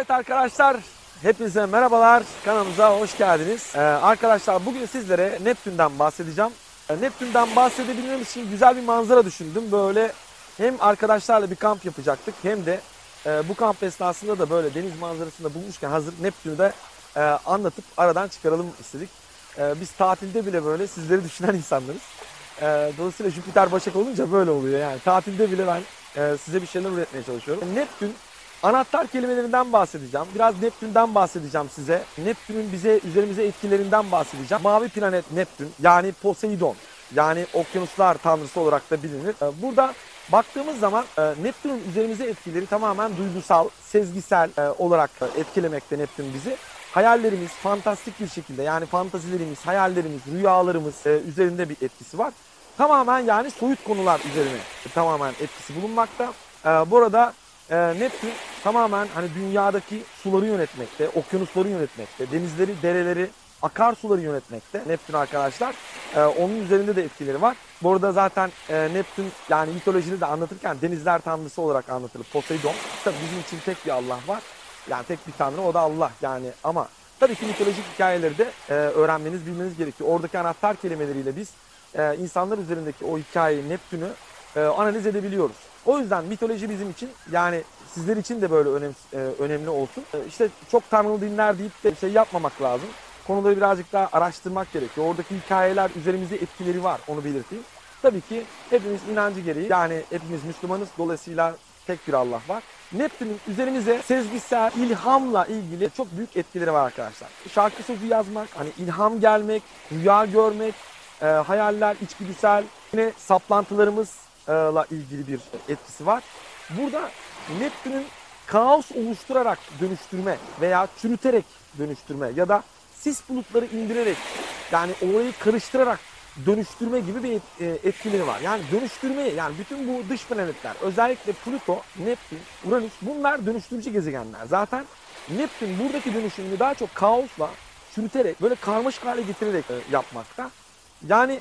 Evet arkadaşlar, hepinize merhabalar, kanalımıza hoş geldiniz. Arkadaşlar bugün sizlere Neptün'den bahsedeceğim. Neptün'den bahsedebilmem için güzel bir manzara düşündüm. Böyle hem arkadaşlarla bir kamp yapacaktık hem de bu kamp esnasında da böyle deniz manzarasında bulmuşken hazır Neptün'ü de anlatıp aradan çıkaralım istedik. Biz tatilde bile böyle sizleri düşünen insanlarız. Dolayısıyla Jüpiter Başak olunca böyle oluyor yani. Tatilde bile ben size bir şeyler üretmeye çalışıyorum. Neptün anahtar kelimelerinden bahsedeceğim. Biraz Neptün'den bahsedeceğim size. Neptün'ün üzerimize etkilerinden bahsedeceğim. Mavi planet Neptün yani Poseidon yani okyanuslar tanrısı olarak da bilinir. Burada baktığımız zaman Neptün'ün üzerimize etkileri tamamen duygusal, sezgisel olarak etkilemekte Neptün bizi. Hayallerimiz fantastik bir şekilde yani fantazilerimiz, hayallerimiz, rüyalarımız üzerinde bir etkisi var. Tamamen yani soyut konular üzerine tamamen etkisi bulunmakta. Burada Neptün tamamen hani dünyadaki suları yönetmekte, okyanusları yönetmekte, denizleri, dereleri, akarsuları yönetmekte Neptün arkadaşlar. Onun üzerinde de etkileri var. Bu arada zaten Neptün yani mitolojide de anlatırken denizler tanrısı olarak anlatılır. Poseidon. Tabii bizim için tek bir Allah var. Yani tek bir tanrı, o da Allah yani, ama tabii ki mitolojik hikayeleri de öğrenmeniz, bilmeniz gerekiyor. Oradaki anahtar kelimeleriyle biz insanlar üzerindeki o hikayeyi, Neptün'ü analiz edebiliyoruz. O yüzden mitoloji bizim için, yani sizler için de böyle önemli olsun. İşte çok tanrılı dinler deyip de şey yapmamak lazım. Konuları birazcık daha araştırmak gerekiyor. Oradaki hikayeler üzerimize etkileri var, onu belirteyim. Tabii ki hepimiz inancı gereği, yani hepimiz Müslümanız, dolayısıyla tek bir Allah var. Neptün'ün üzerimize sezgisel, ilhamla ilgili çok büyük etkileri var arkadaşlar. Şarkı sözü yazmak, hani ilham gelmek, rüya görmek, hayaller, içgüdüsel, yine saplantılarımızla ilgili bir etkisi var. Burada Neptün'ün kaos oluşturarak dönüştürme veya çürüterek dönüştürme ya da sis bulutları indirerek yani orayı karıştırarak dönüştürme gibi bir etkileri var. Yani dönüştürmeyi, yani bütün bu dış planetler, özellikle Plüto, Neptün, Uranüs, bunlar dönüştürücü gezegenler. Zaten Neptün buradaki dönüşümünü daha çok kaosla çürüterek, böyle karmaşık hale getirerek yapmakta. Yani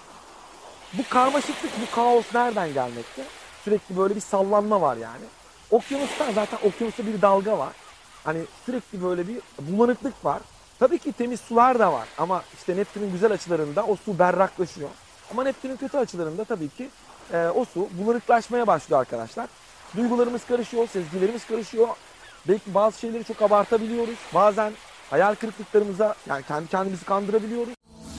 bu karmaşıklık, bu kaos nereden gelmekte? Sürekli böyle bir sallanma var yani. Okyanustan, zaten okyanusta bir dalga var. Hani sürekli böyle bir bulanıklık var. Tabii ki temiz sular da var ama işte Neptün'ün güzel açılarında o su berraklaşıyor. Ama Neptün'ün kötü açılarında tabii ki o su bulanıklaşmaya başlıyor arkadaşlar. Duygularımız karışıyor, sezgilerimiz karışıyor. Belki bazı şeyleri çok abartabiliyoruz. Bazen hayal kırıklıklarımıza, yani kendi kendimizi kandırabiliyoruz.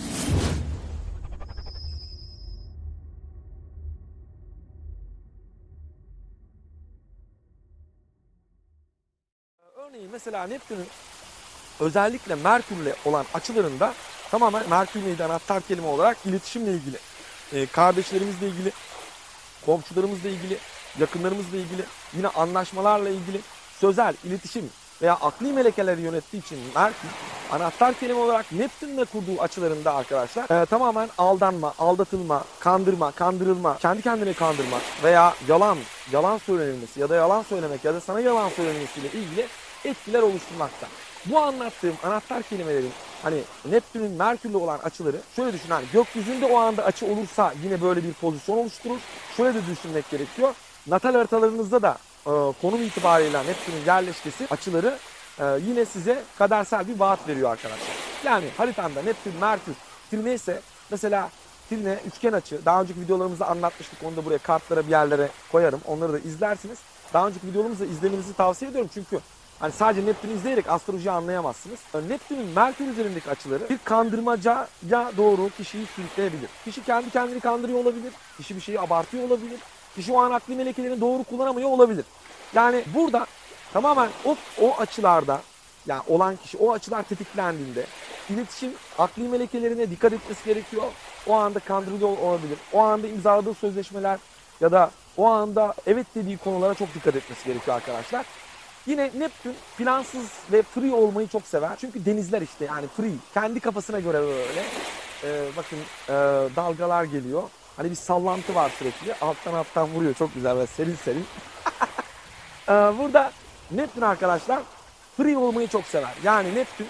Örneğin mesela Neptün'ün özellikle Merkür'le olan açılarında tamamen Merkür neydi anahtar kelime olarak iletişimle ilgili, kardeşlerimizle ilgili, komşularımızla ilgili, yakınlarımızla ilgili, yine anlaşmalarla ilgili sözel, iletişim veya akli melekeleri yönettiği için Merkür anahtar kelime olarak Neptün'le kurduğu açılarında arkadaşlar tamamen aldanma, aldatılma, kandırma, kandırılma, kendi kendine kandırmak veya yalan söylenilmesi ya da yalan söylemek ya da sana yalan söylenmesiyle ilgili etkiler oluşturmakta. Bu anlattığım anahtar kelimelerin hani Neptün'ün Merkür'le olan açıları, şöyle düşün, hani gökyüzünde o anda açı olursa yine böyle bir pozisyon oluşturur. Şöyle de düşünmek gerekiyor. Natal haritalarınızda da konum itibariyle Neptün'ün yerleşkesi, açıları yine size kadersel bir vaat veriyor arkadaşlar. Yani haritanda Neptün, Merkür, Trine ise mesela Trine üçgen açı. Daha önceki videolarımızda anlatmıştık. Onu da buraya kartlara bir yerlere koyarım. Onları da izlersiniz. Daha önceki videolarımızı izlemenizi tavsiye ediyorum çünkü hani sadece Neptün'ü izleyerek astrolojiyi anlayamazsınız. Neptün'ün Merkür üzerindeki açıları bir kandırmacaya doğru kişiyi sürükleyebilir. Kişi kendi kendini kandırıyor olabilir. Kişi bir şeyi abartıyor olabilir. Kişi o an akli melekelerini doğru kullanamıyor olabilir. Yani burada tamamen o açılarda, yani olan kişi o açılar tetiklendiğinde iletişim, akli melekelerine dikkat etmesi gerekiyor. O anda kandırılıyor olabilir. O anda imzaladığı sözleşmeler ya da o anda evet dediği konulara çok dikkat etmesi gerekiyor arkadaşlar. Yine Neptün plansız ve free olmayı çok sever. Çünkü denizler işte yani free. Kendi kafasına göre böyle. Bakın dalgalar geliyor. Hani bir sallantı var sürekli. Alttan vuruyor. Çok güzel ve serin serin. Burada Neptün arkadaşlar free olmayı çok sever. Yani Neptün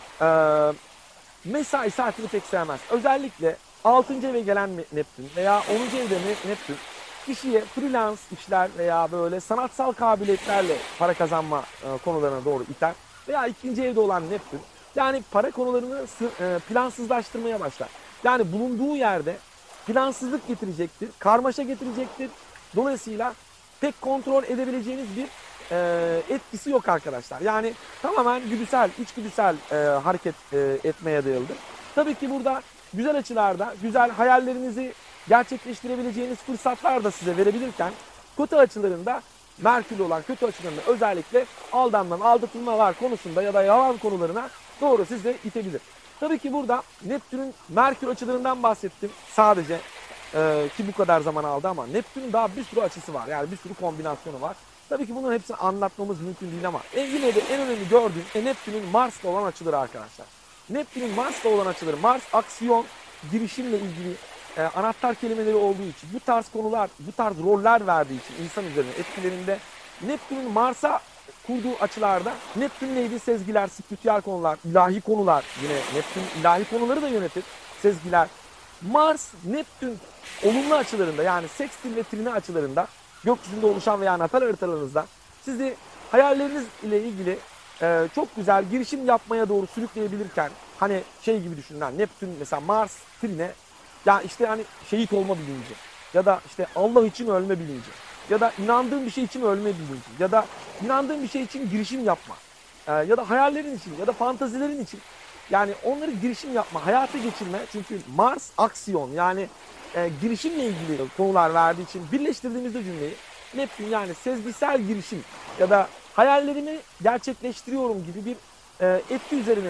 mesai saatini pek sevmez. Özellikle 6. eve gelen Neptün veya 10. evde Neptün kişiye freelance işler veya böyle sanatsal kabiliyetlerle para kazanma konularına doğru iter. Veya ikinci evde olan Neptün, yani para konularını plansızlaştırmaya başlar. Yani bulunduğu yerde plansızlık getirecektir, karmaşa getirecektir. Dolayısıyla pek kontrol edebileceğiniz bir etkisi yok arkadaşlar. Yani tamamen güdüsel, içgüdüsel hareket etmeye dayalıdır. Tabii ki burada güzel açılarda, güzel hayallerinizi gerçekleştirebileceğiniz fırsatlar da size verebilirken, kötü açılarında, Merkür'le olan kötü açılarında özellikle aldanma, aldatılmalar konusunda ya da yalan konularına doğru sizi itebilir. Tabii ki burada Neptün'ün Merkür açılarından bahsettim sadece ki bu kadar zaman aldı ama Neptün'ün daha bir sürü açısı var. Yani bir sürü kombinasyonu var. Tabii ki bunların hepsini anlatmamız mümkün değil ama yine de en önemli gördüğüm Neptün'ün Mars'la olan açıları arkadaşlar. Neptün'ün Mars'la olan açıları, Mars aksiyon, girişimle ilgili anahtar kelimeleri olduğu için, bu tarz konular, bu tarz roller verdiği için insan üzerine etkilerinde Neptün'ün Mars'a kurduğu açılarda Neptün'le ilgili sezgiler, spiritüel konular, ilahi konular, yine Neptün ilahi konuları da yönetir, sezgiler. Mars, Neptün olumlu açılarında yani sekstil ve trine açılarında gökyüzünde oluşan veya natal haritalarınızda sizi hayalleriniz ile ilgili çok güzel girişim yapmaya doğru sürükleyebilirken, hani şey gibi düşünün, Neptün mesela Mars trine, ya işte hani şehit olma bilinci ya da işte Allah için ölme bilinci ya da inandığın bir şey için ölme bilinci ya da inandığın bir şey için girişim yapma ya da hayallerin için ya da fantazilerin için, yani onları girişim yapma, hayata geçirme. Çünkü Mars aksiyon, yani girişimle ilgili konular verdiği için birleştirdiğimizde cümleyi Neptün yani sezgisel girişim ya da hayallerimi gerçekleştiriyorum gibi bir etki üzerine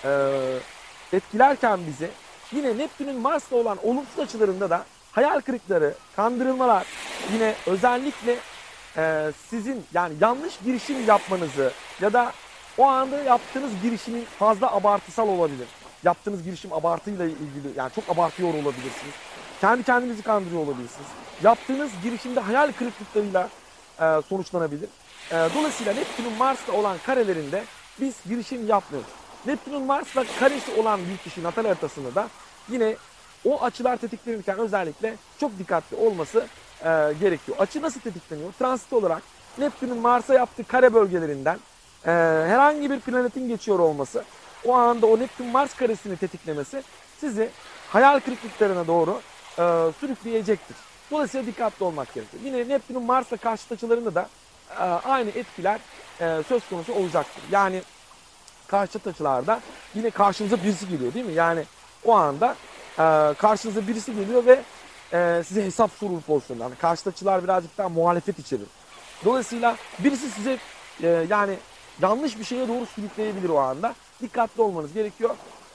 etkilerken bizi, yine Neptün'ün Mars'la olan olumsuz açılarında da hayal kırıkları, kandırılmalar, yine özellikle sizin yani yanlış girişim yapmanızı ya da o anda yaptığınız girişimin fazla abartısal olabilir. Yaptığınız girişim abartıyla ilgili, yani çok abartıyor olabilirsiniz. Kendi kendinizi kandırıyor olabilirsiniz. Yaptığınız girişimde hayal kırıklıklarıyla sonuçlanabilir. Dolayısıyla Neptün'ün Mars'la olan karelerinde biz girişim yapmıyoruz. Neptün'ün Mars'la karesi olan bir kişi natal haritasında da yine o açılar tetiklenirken özellikle çok dikkatli olması gerekiyor. Açı nasıl tetikleniyor? Transit olarak Neptün'ün Mars'a yaptığı kare bölgelerinden herhangi bir planetin geçiyor olması, o anda o Neptün-Mars karesini tetiklemesi sizi hayal kırıklıklarına doğru sürükleyecektir. Dolayısıyla dikkatli olmak gerekiyor. Yine Neptün'ün Mars'la karşıt açılarında da aynı etkiler söz konusu olacaktır. Yani karşıt açılarda yine karşınıza birisi geliyor değil mi? Yani o anda karşınıza birisi geliyor ve size hesap sorur pozisyonda. Yani karşıt açılar birazcık daha muhalefet içerir. Dolayısıyla birisi size yani yanlış bir şeye doğru sürükleyebilir o anda. Dikkatli olmanız gerekiyor.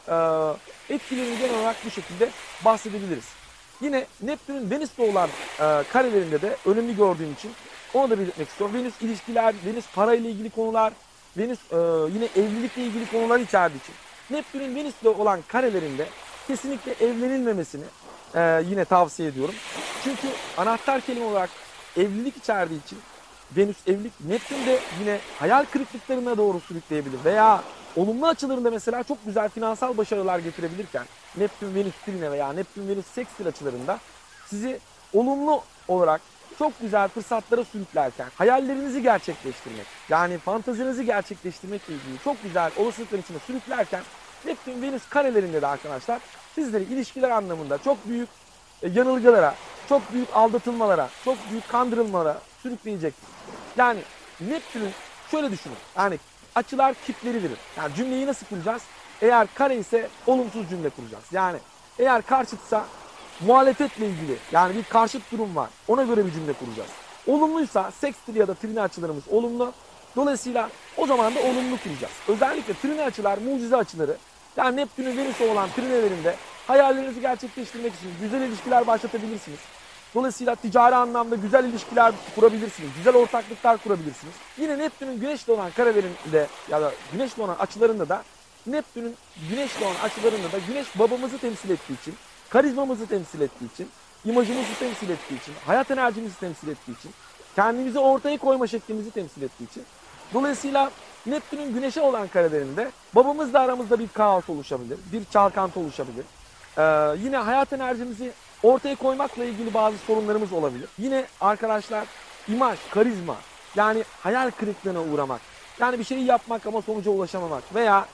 Etkilerini genel olarak bu şekilde bahsedebiliriz. Yine Neptün'ün Venüs'le olan karelerinde de önemli gördüğüm için onu da belirtmek istiyorum. Venüs ilişkiler, Venüs parayla ilgili konular, Venüs yine evlilikle ilgili konular içerdiği için Neptün'ün Venüs'le olan karelerinde kesinlikle evlenilmemesini yine tavsiye ediyorum. Çünkü anahtar kelime olarak evlilik içerdiği için Venüs evlilik, Neptün de yine hayal kırıklıklarına doğru sürükleyebilir veya olumlu açılarında mesela çok güzel finansal başarılar getirebilirken Neptün Venüs trine veya Neptün Venüs sekstil açılarında sizi olumlu olarak çok güzel fırsatlara sürüklerken, hayallerinizi gerçekleştirmek, yani fantazinizi gerçekleştirmekle ilgili çok güzel olasılıklar içine sürüklerken Neptün Venüs karelerinde de arkadaşlar sizleri ilişkiler anlamında çok büyük yanılgılara, çok büyük aldatılmalara, çok büyük kandırılmalara sürükleyecektir. Yani Neptün'ün şöyle düşünün. Yani açılar kitleri verir. Yani cümleyi nasıl kuracağız? Eğer kare ise olumsuz cümle kuracağız. Yani eğer karşıtsa muhalefetle ilgili, yani bir karşıt durum var. Ona göre bir cümle kuracağız. Olumluysa sekstil ya da trine açılarımız olumlu. Dolayısıyla o zaman da olumlu kuracağız. Özellikle trine açılar, mucize açıları. Yani Neptün'ün Venüs'e olan trinelerinde hayallerinizi gerçekleştirmek için güzel ilişkiler başlatabilirsiniz. Dolayısıyla ticari anlamda güzel ilişkiler kurabilirsiniz. Güzel ortaklıklar kurabilirsiniz. Yine Neptün'ün Güneş'le olan karelerinde ya da Güneş'le olan açılarında da Neptün'ün Güneş'le olan açılarında da Güneş babamızı temsil ettiği için, karizmamızı temsil ettiği için, imajımızı temsil ettiği için, hayat enerjimizi temsil ettiği için, kendimizi ortaya koyma şeklimizi temsil ettiği için. Dolayısıyla Neptün'ün Güneş'e olan karelerinde babamızla aramızda bir kaos oluşabilir, bir çalkantı oluşabilir. Yine hayat enerjimizi ortaya koymakla ilgili bazı sorunlarımız olabilir. Yine arkadaşlar imaj, karizma, yani hayal kırıklığına uğramak. Yani bir şeyi yapmak ama sonuca ulaşamamak veya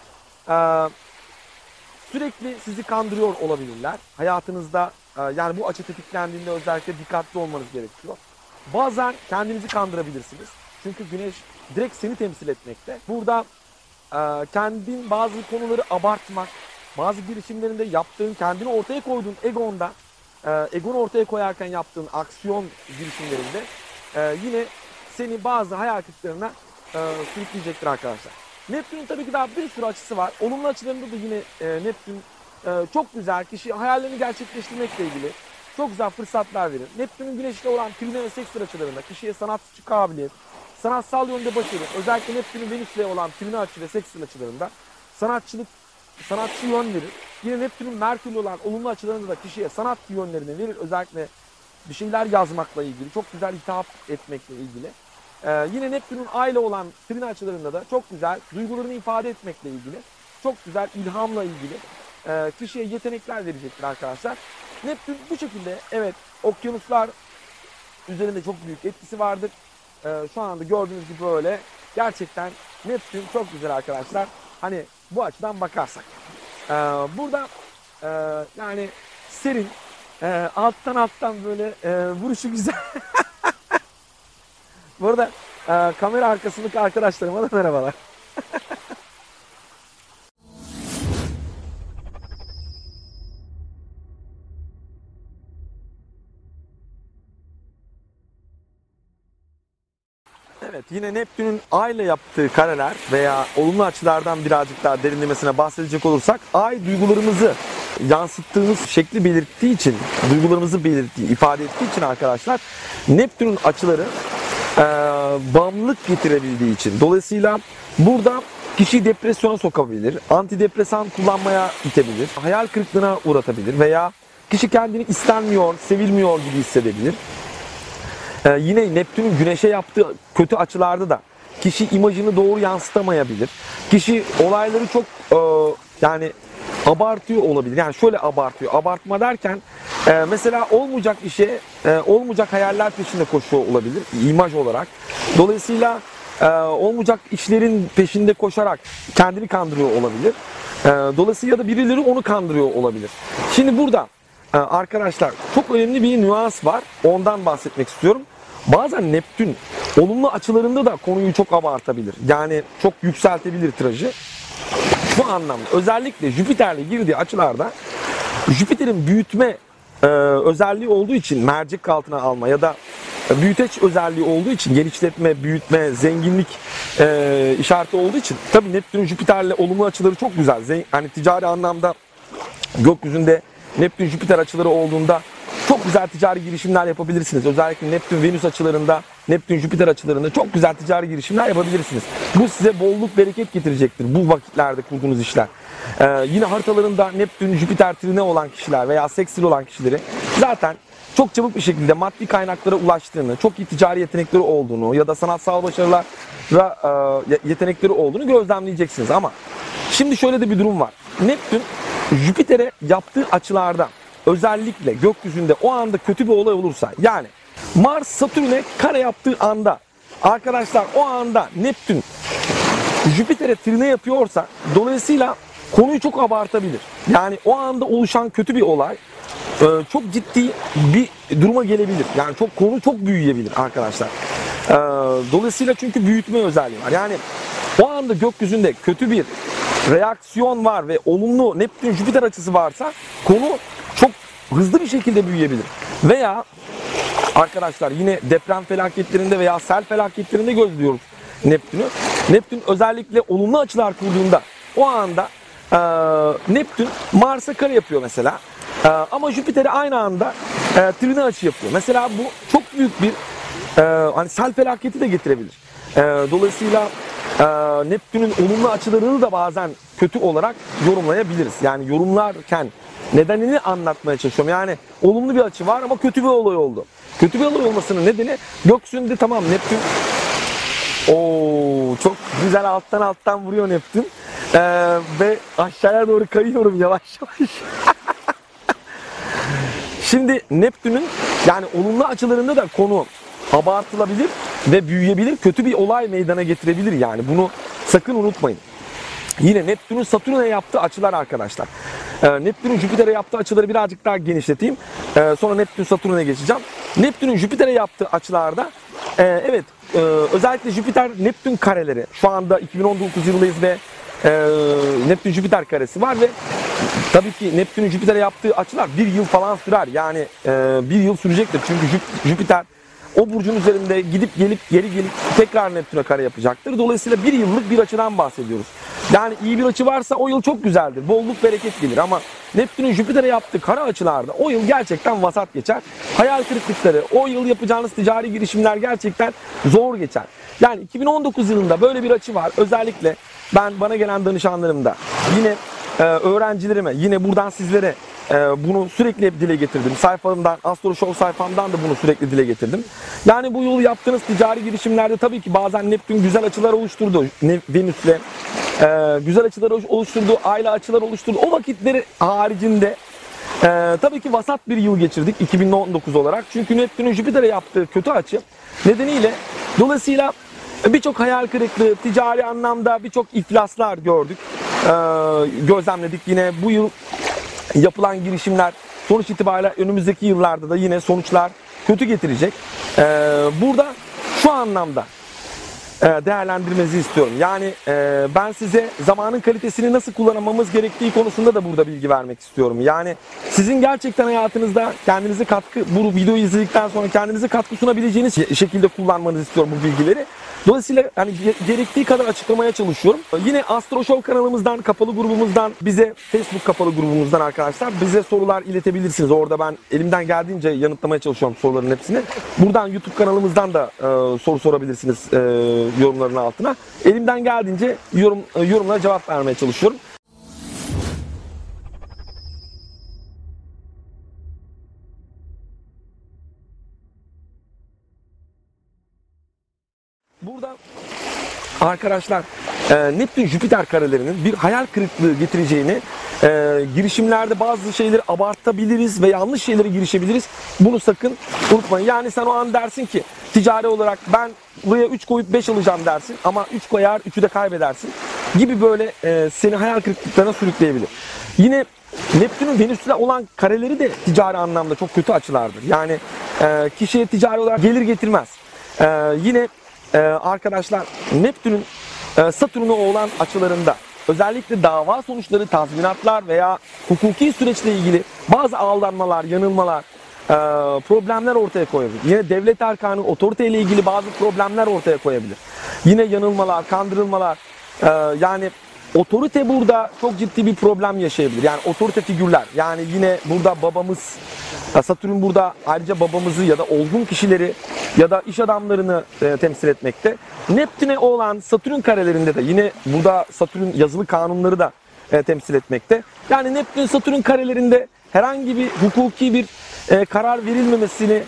sürekli sizi kandırıyor olabilirler. Hayatınızda yani bu açı tetiklendiğinde özellikle dikkatli olmanız gerekiyor. Bazen kendinizi kandırabilirsiniz. Çünkü güneş direkt seni temsil etmekte. Burada kendin bazı konuları abartmak, bazı girişimlerinde yaptığın, kendini ortaya koyduğun egonu ortaya koyarken yaptığın aksiyon girişimlerinde yine seni bazı hayal kırıklarına sürükleyecektir arkadaşlar. Neptün'ün tabii ki daha bir sürü açısı var. Olumlu açılarında da yine Neptün çok güzel, kişi hayallerini gerçekleştirmekle ilgili çok güzel fırsatlar verir. Neptün'ün Güneş'le olan trine ve sekstür açılarında kişiye sanatçı kabiliyet, sanatsal yönde başarı, özellikle Neptün'ün Venüs'le olan trine açı ve sekstür açılarında sanatçı yön verir. Yine Neptün'ün Merkür'le olan olumlu açılarında da kişiye sanat yönlerini verir. Özellikle bir şeyler yazmakla ilgili, çok güzel hitap etmekle ilgili. Yine Neptün'ün Ay ile olan trine açılarında da çok güzel duygularını ifade etmekle ilgili, çok güzel ilhamla ilgili kişiye yetenekler verecektir arkadaşlar. Neptün bu şekilde, evet, okyanuslar üzerinde çok büyük etkisi vardır. Şu anda gördüğünüz gibi böyle gerçekten Neptün çok güzel arkadaşlar. Hani bu açıdan bakarsak. Burada yani serin, alttan böyle vuruşu güzel. Bu arada kamera arkasındaki arkadaşlarıma da merhabalar. Evet, yine Neptün'ün Ay ile yaptığı kareler veya olumlu açılardan birazcık daha derinlemesine bahsedecek olursak, Ay duygularımızı yansıttığımız şekli belirttiği için, duygularımızı belirttiği, ifade ettiği için arkadaşlar, Neptün'ün açıları bağımlılık getirebildiği için, dolayısıyla burada kişiyi depresyona sokabilir, antidepresan kullanmaya itebilir, hayal kırıklığına uğratabilir veya kişi kendini istenmiyor, sevilmiyor gibi hissedebilir. Yine Neptün'ün Güneş'e yaptığı kötü açılarda da kişi imajını doğru yansıtamayabilir. Kişi olayları çok yani abartıyor olabilir. Yani şöyle abartıyor. Abartma derken mesela olmayacak işe, olmayacak hayaller peşinde koşuyor olabilir imaj olarak. Dolayısıyla olmayacak işlerin peşinde koşarak kendini kandırıyor olabilir. Dolayısıyla da birileri onu kandırıyor olabilir. Şimdi burada arkadaşlar çok önemli bir nüans var. Ondan bahsetmek istiyorum. Bazen Neptün olumlu açılarında da konuyu çok abartabilir. Yani çok yükseltebilir tirajı. Bu anlamda özellikle Jüpiter'le girdiği açılarda Jüpiter'in büyütme özelliği olduğu için, mercek altına alma ya da büyüteç özelliği olduğu için, genişletme, büyütme, zenginlik işareti olduğu için tabii Neptün'ün Jüpiter'le olumlu açıları çok güzel. Hani ticari anlamda gökyüzünde Neptün Jüpiter açıları olduğunda çok güzel ticari girişimler yapabilirsiniz. Özellikle Neptün Venüs açılarında, Neptün Jüpiter açılarında çok güzel ticari girişimler yapabilirsiniz. Bu size bolluk, bereket getirecektir bu vakitlerde kurduğunuz işler. Yine haritalarında Neptün Jüpiter trine olan kişiler veya sekstil olan kişileri zaten çok çabuk bir şekilde maddi kaynaklara ulaştığını, çok iyi ticari yetenekleri olduğunu ya da sanatsal başarılara yetenekleri olduğunu gözlemleyeceksiniz. Ama şimdi şöyle de bir durum var. Neptün Jüpiter'e yaptığı açılarda özellikle gökyüzünde o anda kötü bir olay olursa, yani Mars Satürn'e kare yaptığı anda arkadaşlar, o anda Neptün Jüpiter'e trine yapıyorsa dolayısıyla konuyu çok abartabilir. Yani o anda oluşan kötü bir olay çok ciddi bir duruma gelebilir. Yani konu çok büyüyebilir arkadaşlar. Dolayısıyla çünkü büyütme özelliği var. Yani o anda gökyüzünde kötü bir reaksiyon var ve olumlu Neptün Jüpiter açısı varsa konu çok hızlı bir şekilde büyüyebilir. Veya arkadaşlar yine deprem felaketlerinde veya sel felaketlerinde gözlüyoruz Neptün'ü. Neptün özellikle olumlu açılar kurduğunda o anda Neptün Mars'a kare yapıyor mesela. Ama Jüpiter'e aynı anda trine açı yapıyor. Mesela bu çok büyük bir hani sel felaketi de getirebilir. Dolayısıyla Neptün'ün olumlu açılarını da bazen kötü olarak yorumlayabiliriz. Yani yorumlarken nedenini anlatmaya çalışıyorum. Yani olumlu bir açı var ama kötü bir olay oldu. Kötü bir olay olmasının nedeni gökyüzünde tamam Neptün çok güzel alttan vuruyor Neptün. Ve aşağıya doğru kayıyorum yavaş yavaş. Şimdi Neptün'ün yani olumlu açılarında da konu abartılabilir ve büyüyebilir. Kötü bir olay meydana getirebilir yani. Bunu sakın unutmayın. Yine Neptün'ün Satürn'e yaptığı açılar arkadaşlar. Neptün'ün Jüpiter'e yaptığı açıları birazcık daha genişleteyim. Sonra Neptün Satürn'e geçeceğim. Neptün'ün Jüpiter'e yaptığı açılarda evet özellikle Jüpiter Neptün kareleri şu anda 2019 yılındayız ve Neptün Jüpiter karesi var ve tabii ki Neptün'ün Jüpiter'e yaptığı açılar bir yıl falan sürer. Yani bir yıl sürecektir. Çünkü Jüpiter o burcun üzerinde gidip gelip geri gelip tekrar Neptün'e kare yapacaktır. Dolayısıyla bir yıllık bir açıdan bahsediyoruz. Yani iyi bir açı varsa o yıl çok güzeldir. Bolluk bereket gelir ama Neptün'ün Jüpiter'e yaptığı kara açılarda o yıl gerçekten vasat geçer. Hayal kırıklıkları, o yıl yapacağınız ticari girişimler gerçekten zor geçer. Yani 2019 yılında böyle bir açı var. Özellikle bana gelen danışanlarımda yine öğrencilerime, yine buradan sizlere bunu sürekli hep dile getirdim. Sayfamdan, Astro Show sayfamdan da bunu sürekli dile getirdim. Yani bu yıl yaptığınız ticari girişimlerde tabii ki bazen Neptün güzel açılar oluşturdu. Venüs'le güzel açılar oluşturdu, aile açılar oluşturdu. O vakitleri haricinde tabii ki vasat bir yıl geçirdik 2019 olarak. Çünkü Neptün'ün Jüpiter'e yaptığı kötü açı nedeniyle dolayısıyla birçok hayal kırıklığı, ticari anlamda birçok iflaslar gördük, gözlemledik. Yine bu yıl yapılan girişimler sonuç itibariyle önümüzdeki yıllarda da yine sonuçlar kötü getirecek. Burada şu anlamda değerlendirmenizi istiyorum. Yani ben size zamanın kalitesini nasıl kullanmamız gerektiği konusunda da burada bilgi vermek istiyorum. Yani sizin gerçekten hayatınızda kendinize katkı, bu videoyu izledikten sonra kendinize katkı sunabileceğiniz şekilde kullanmanızı istiyorum bu bilgileri. Dolayısıyla hani gerektiği kadar açıklamaya çalışıyorum. Yine Astro Show kanalımızdan, kapalı grubumuzdan, bize Facebook kapalı grubumuzdan arkadaşlar bize sorular iletebilirsiniz. Orada ben elimden geldiğince yanıtlamaya çalışıyorum soruların hepsini. Buradan YouTube kanalımızdan da soru sorabilirsiniz yorumların altına. Elimden geldiğince yorumlara cevap vermeye çalışıyorum. Burada arkadaşlar Neptün Jüpiter karelerinin bir hayal kırıklığı getireceğini, girişimlerde bazı şeyleri abartabiliriz ve yanlış şeylere girişebiliriz. Bunu sakın unutmayın. Yani sen o an dersin ki ticari olarak ben buraya 3 koyup 5 alacağım dersin ama 3 koyar 3'ü de kaybedersin gibi böyle seni hayal kırıklıklarına sürükleyebilir. Yine Neptün'ün Venüs'le olan kareleri de ticari anlamda çok kötü açılardır. Yani kişiye ticari olarak gelir getirmez. Yine arkadaşlar Neptün'ün Satürn'e olan açılarında özellikle dava sonuçları, tazminatlar veya hukuki süreçle ilgili bazı aldanmalar, yanılmalar, problemler ortaya koyabilir. Yine devlet erkanı, otoriteyle ilgili bazı problemler ortaya koyabilir. Yine yanılmalar, kandırılmalar, yani otorite burada çok ciddi bir problem yaşayabilir. Yani otorite figürler, yani yine burada babamız, Satürn burada ayrıca babamızı ya da olgun kişileri ya da iş adamlarını temsil etmekte. Neptün'e olan Satürn karelerinde de yine burada Satürn yazılı kanunları da temsil etmekte. Yani Neptün Satürn karelerinde herhangi bir hukuki bir karar verilmemesini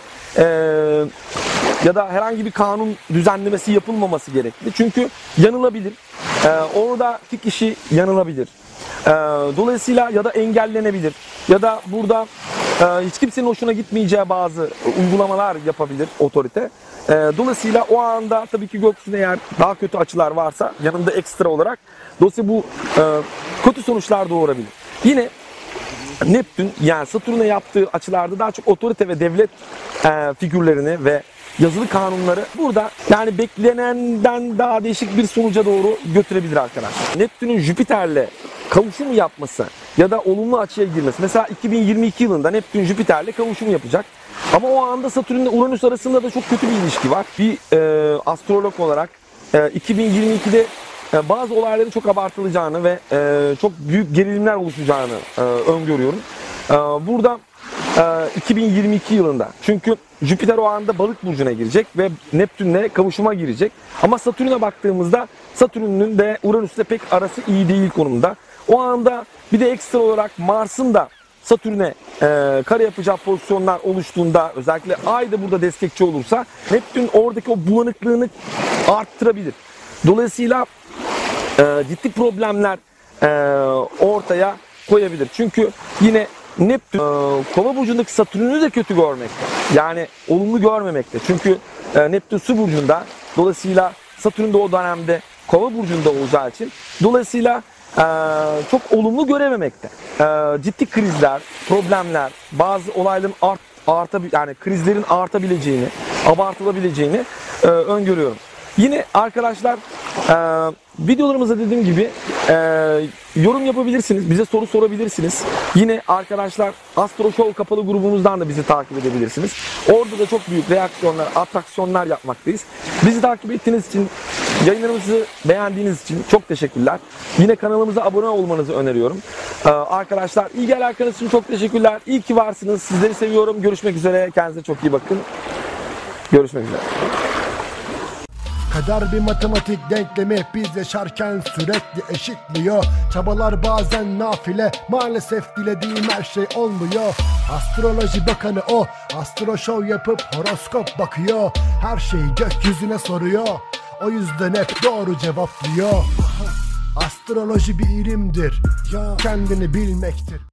ya da herhangi bir kanun düzenlemesi yapılmaması gerekli. Çünkü yanılabilir. Oradaki kişi yanılabilir. Dolayısıyla ya da engellenebilir. Ya da burada hiç kimsenin hoşuna gitmeyeceği bazı uygulamalar yapabilir otorite. Dolayısıyla o anda tabii ki gökyüzünde eğer daha kötü açılar varsa yanında ekstra olarak dolayısıyla bu kötü sonuçlar doğurabilir. Yine Neptün yani Satürn'e yaptığı açılarda daha çok otorite ve devlet figürlerini ve yazılı kanunları burada yani beklenenden daha değişik bir sonuca doğru götürebilir arkadaşlar. Neptün'ün Jüpiter'le kavuşum yapması ya da olumlu açıya girmesi. Mesela 2022 yılında Neptün Jüpiter'le kavuşum yapacak. Ama o anda Satürn ile Uranüs arasında da çok kötü bir ilişki var. Bir astrolog olarak 2022'de bazı olayların çok abartılacağını ve çok büyük gerilimler oluşacağını öngörüyorum. Burada 2022 yılında çünkü Jüpiter o anda Balık burcuna girecek ve Neptün'le kavuşuma girecek. Ama Satürn'e baktığımızda Satürn'ün de Uranüs'le pek arası iyi değil konumda. O anda bir de ekstra olarak Mars'ın da Satürn'e kare yapacağı pozisyonlar oluştuğunda özellikle Ay da burada destekçi olursa Neptün oradaki o bulanıklığını arttırabilir. Dolayısıyla ciddi problemler ortaya koyabilir. Çünkü yine Neptün Kova burcundaki Satürn'ü de kötü görmekte. Yani olumlu görmemekte. Çünkü Neptün Su burcunda. Dolayısıyla Satürn de o dönemde Kova burcunda olacağı için dolayısıyla çok olumlu görememekte. Ciddi krizler, problemler, bazı olayların yani krizlerin artabileceğini, abartılabileceğini öngörüyorum. Yine arkadaşlar videolarımızda dediğim gibi yorum yapabilirsiniz, bize soru sorabilirsiniz. Yine arkadaşlar Astro Show kapalı grubumuzdan da bizi takip edebilirsiniz. Orada da çok büyük reaksiyonlar, atraksiyonlar yapmaktayız. Bizi takip ettiğiniz için, yayınlarımızı beğendiğiniz için çok teşekkürler. Yine kanalımıza abone olmanızı öneriyorum. Arkadaşlar ilgi alakanız için çok teşekkürler. İyi ki varsınız. Sizleri seviyorum. Görüşmek üzere. Kendinize çok iyi bakın. Görüşmek üzere. Kader bir matematik denklemi, biz yaşarken sürekli eşitliyor. Çabalar bazen nafile, maalesef dilediğim her şey olmuyor. Astroloji bakanı o, Astro Show yapıp horoskop bakıyor. Her şeyi gökyüzüne soruyor, o yüzden hep doğru cevaplıyor. Astroloji bir ilimdir, kendini bilmektir.